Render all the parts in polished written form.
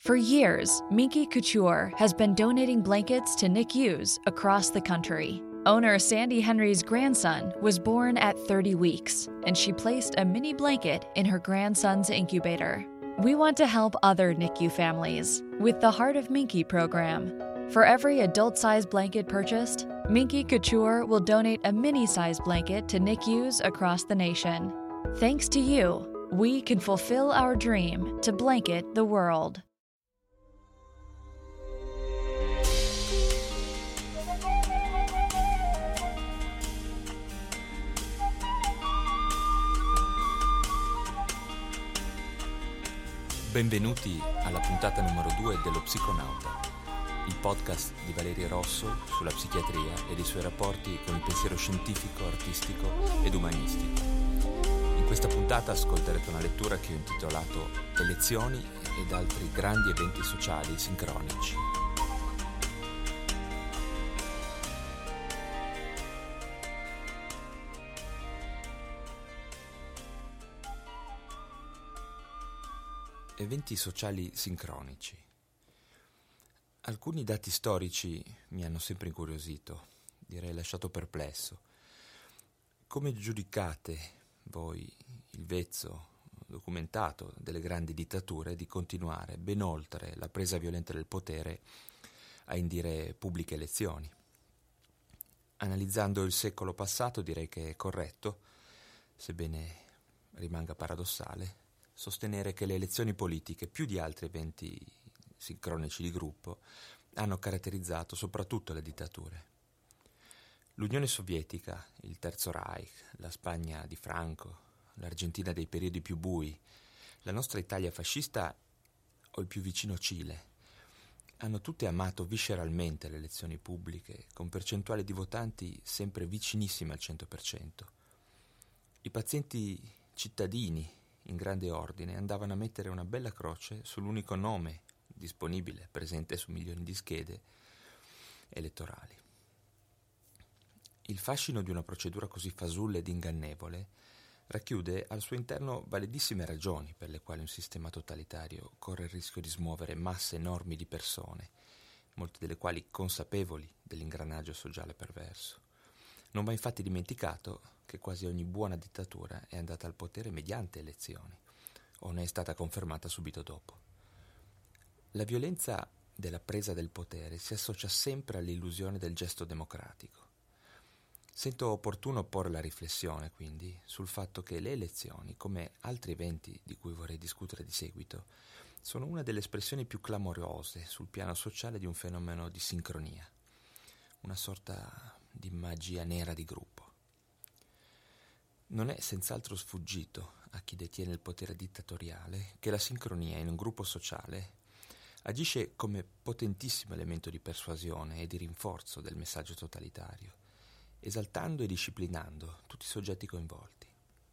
For years, Minky Couture has been donating blankets to NICUs across the country. Owner Sandy Henry's grandson was born at 30 weeks, and she placed a mini blanket in her grandson's incubator. We want to help other NICU families with the Heart of Minky program. For every adult-sized blanket purchased, Minky Couture will donate a mini-sized blanket to NICUs across the nation. Thanks to you, we can fulfill our dream to blanket the world. Benvenuti alla puntata numero 2 dello Psiconauta, il podcast di Valerio Rosso sulla psichiatria ed i suoi rapporti con il pensiero scientifico, artistico ed umanistico. In questa puntata ascolterete una lettura che ho intitolato Elezioni ed altri grandi eventi sociali sincronici. Eventi sociali sincronici. Alcuni dati storici mi hanno sempre incuriosito, direi lasciato perplesso. Come giudicate voi il vezzo documentato delle grandi dittature di continuare ben oltre la presa violenta del potere a indire pubbliche elezioni? Analizzando il secolo passato direi che è corretto, sebbene rimanga paradossale, sostenere che le elezioni politiche, più di altri eventi sincronici di gruppo, hanno caratterizzato soprattutto le dittature. L'Unione Sovietica, il Terzo Reich, la Spagna di Franco, l'Argentina dei periodi più bui, la nostra Italia fascista o il più vicino Cile, hanno tutte amato visceralmente le elezioni pubbliche con percentuali di votanti sempre vicinissime al 100%. I pazienti cittadini in grande ordine andavano a mettere una bella croce sull'unico nome disponibile presente su milioni di schede elettorali. Il fascino di una procedura così fasulla ed ingannevole racchiude al suo interno validissime ragioni per le quali un sistema totalitario corre il rischio di smuovere masse enormi di persone, molte delle quali consapevoli dell'ingranaggio sociale perverso. Non va infatti dimenticato che quasi ogni buona dittatura è andata al potere mediante elezioni, o ne è stata confermata subito dopo. La violenza della presa del potere si associa sempre all'illusione del gesto democratico. Sento opportuno porre la riflessione, quindi, sul fatto che le elezioni, come altri eventi di cui vorrei discutere di seguito, sono una delle espressioni più clamorose sul piano sociale di un fenomeno di sincronia, una sorta di magia nera di gruppo. Non è senz'altro sfuggito a chi detiene il potere dittatoriale che la sincronia in un gruppo sociale agisce come potentissimo elemento di persuasione e di rinforzo del messaggio totalitario, esaltando e disciplinando tutti i soggetti coinvolti.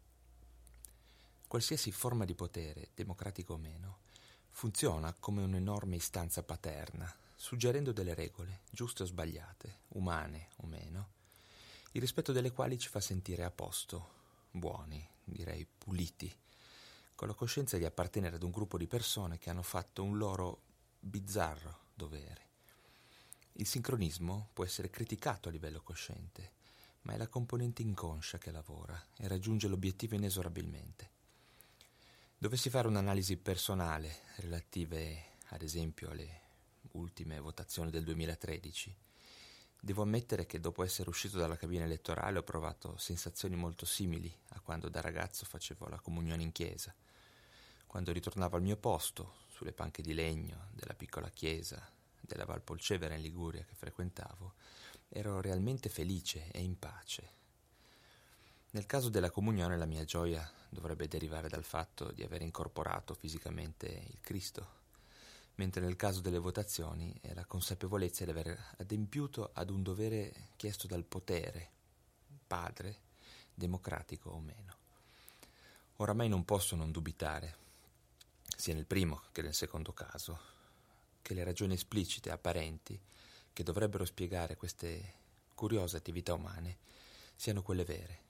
Qualsiasi forma di potere, democratico o meno, funziona come un'enorme istanza paterna, suggerendo delle regole, giuste o sbagliate, umane o meno, il rispetto delle quali ci fa sentire a posto, buoni, direi puliti, con la coscienza di appartenere ad un gruppo di persone che hanno fatto un loro bizzarro dovere. Il sincronismo può essere criticato a livello cosciente, ma è la componente inconscia che lavora e raggiunge l'obiettivo inesorabilmente. Dovessi fare un'analisi personale relative, ad esempio, alle ultime votazioni del 2013, devo ammettere che dopo essere uscito dalla cabina elettorale ho provato sensazioni molto simili a quando da ragazzo facevo la comunione in chiesa. Quando ritornavo al mio posto, sulle panche di legno della piccola chiesa della Val Polcevera in Liguria che frequentavo, ero realmente felice e in pace. Nel caso della comunione la mia gioia dovrebbe derivare dal fatto di aver incorporato fisicamente il Cristo, mentre nel caso delle votazioni è la consapevolezza di aver adempiuto ad un dovere chiesto dal potere, padre, democratico o meno. Oramai non posso non dubitare, sia nel primo che nel secondo caso, che le ragioni esplicite e apparenti che dovrebbero spiegare queste curiose attività umane siano quelle vere,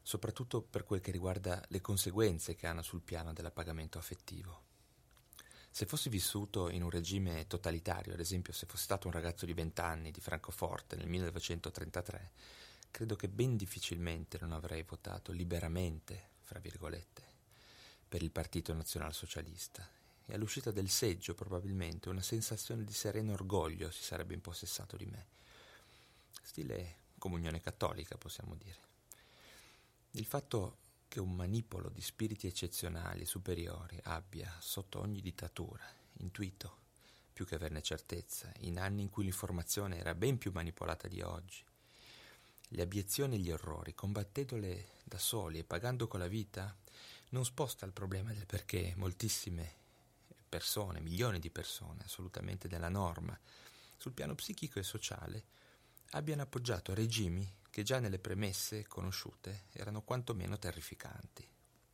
soprattutto per quel che riguarda le conseguenze che hanno sul piano dell'appagamento affettivo. Se fossi vissuto in un regime totalitario, ad esempio se fossi stato un ragazzo di 20 anni di Francoforte nel 1933, credo che ben difficilmente non avrei votato liberamente, fra virgolette, per il Partito Nazionalsocialista, e all'uscita del seggio probabilmente una sensazione di sereno orgoglio si sarebbe impossessato di me. Stile comunione cattolica, possiamo dire. Il fatto che un manipolo di spiriti eccezionali e superiori abbia, sotto ogni dittatura, intuito, più che averne certezza, in anni in cui l'informazione era ben più manipolata di oggi, le abiezioni e gli orrori, combattendole da soli e pagando con la vita, non sposta il problema del perché moltissime persone, milioni di persone, assolutamente nella norma, sul piano psichico e sociale, abbiano appoggiato regimi che già nelle premesse conosciute erano quantomeno terrificanti.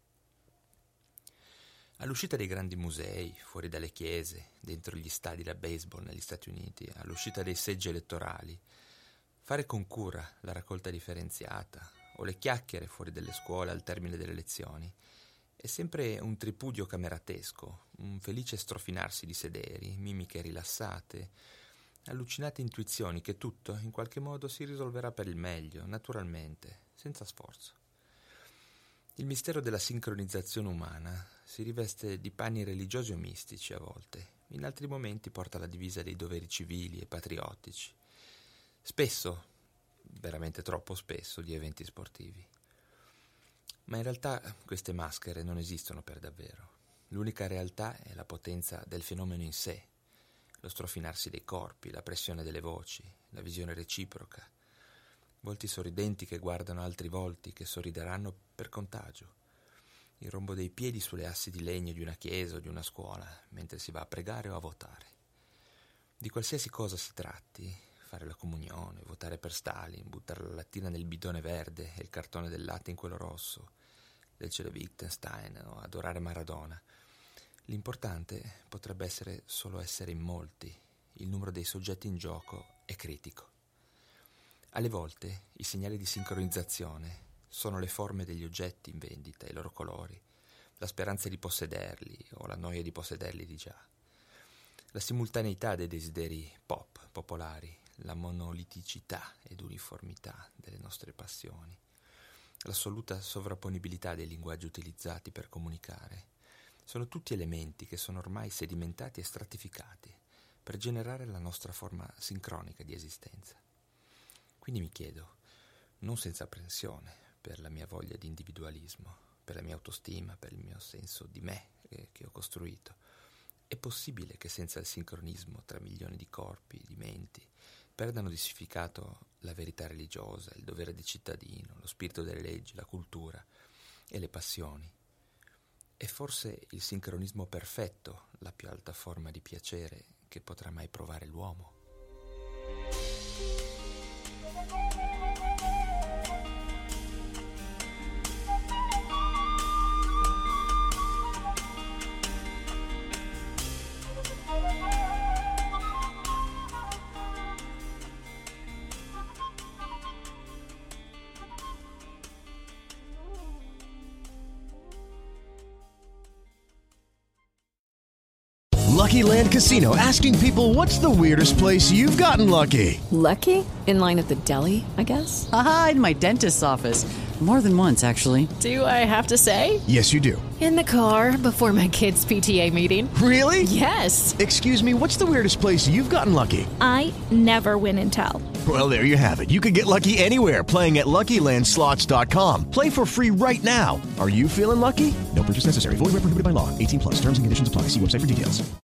All'uscita dei grandi musei, fuori dalle chiese, dentro gli stadi da baseball negli Stati Uniti, all'uscita dei seggi elettorali, fare con cura la raccolta differenziata o le chiacchiere fuori dalle scuole al termine delle lezioni è sempre un tripudio cameratesco, un felice strofinarsi di sederi, mimiche rilassate, allucinate intuizioni che tutto in qualche modo si risolverà per il meglio, naturalmente, senza sforzo. Il mistero della sincronizzazione umana si riveste di panni religiosi o mistici a volte, in altri momenti porta la divisa dei doveri civili e patriottici, spesso, veramente troppo spesso, di eventi sportivi. Ma in realtà queste maschere non esistono per davvero. L'unica realtà è la potenza del fenomeno in sé, lo strofinarsi dei corpi, la pressione delle voci, la visione reciproca, volti sorridenti che guardano altri volti che sorrideranno per contagio, il rombo dei piedi sulle assi di legno di una chiesa o di una scuola mentre si va a pregare o a votare. Di qualsiasi cosa si tratti, fare la comunione, votare per Stalin, buttare la lattina nel bidone verde e il cartone del latte in quello rosso, leggere Wittgenstein o adorare Maradona, l'importante potrebbe essere solo essere in molti, il numero dei soggetti in gioco è critico. Alle volte i segnali di sincronizzazione sono le forme degli oggetti in vendita, i loro colori, la speranza di possederli o la noia di possederli di già, la simultaneità dei desideri popolari, la monoliticità ed uniformità delle nostre passioni, l'assoluta sovrapponibilità dei linguaggi utilizzati per comunicare, sono tutti elementi che sono ormai sedimentati e stratificati per generare la nostra forma sincronica di esistenza. Quindi mi chiedo, non senza apprensione per la mia voglia di individualismo, per la mia autostima, per il mio senso di me che ho costruito, è possibile che senza il sincronismo tra milioni di corpi, di menti, perdano di significato la verità religiosa, il dovere del cittadino, lo spirito delle leggi, la cultura e le passioni? È forse il sincronismo perfetto la più alta forma di piacere che potrà mai provare l'uomo? Lucky Land Casino, asking people, what's the weirdest place you've gotten lucky? Lucky? In line at the deli, I guess? Aha, in my dentist's office. More than once, actually. Do I have to say? Yes, you do. In the car before my kids' PTA meeting. Really? Yes. Excuse me, what's the weirdest place you've gotten lucky? I never win and tell. Well, there you have it. You can get lucky anywhere, playing at LuckyLandSlots.com. Play for free right now. Are you feeling lucky? No purchase necessary. Void where prohibited by law. 18+. Terms and conditions apply. See website for details.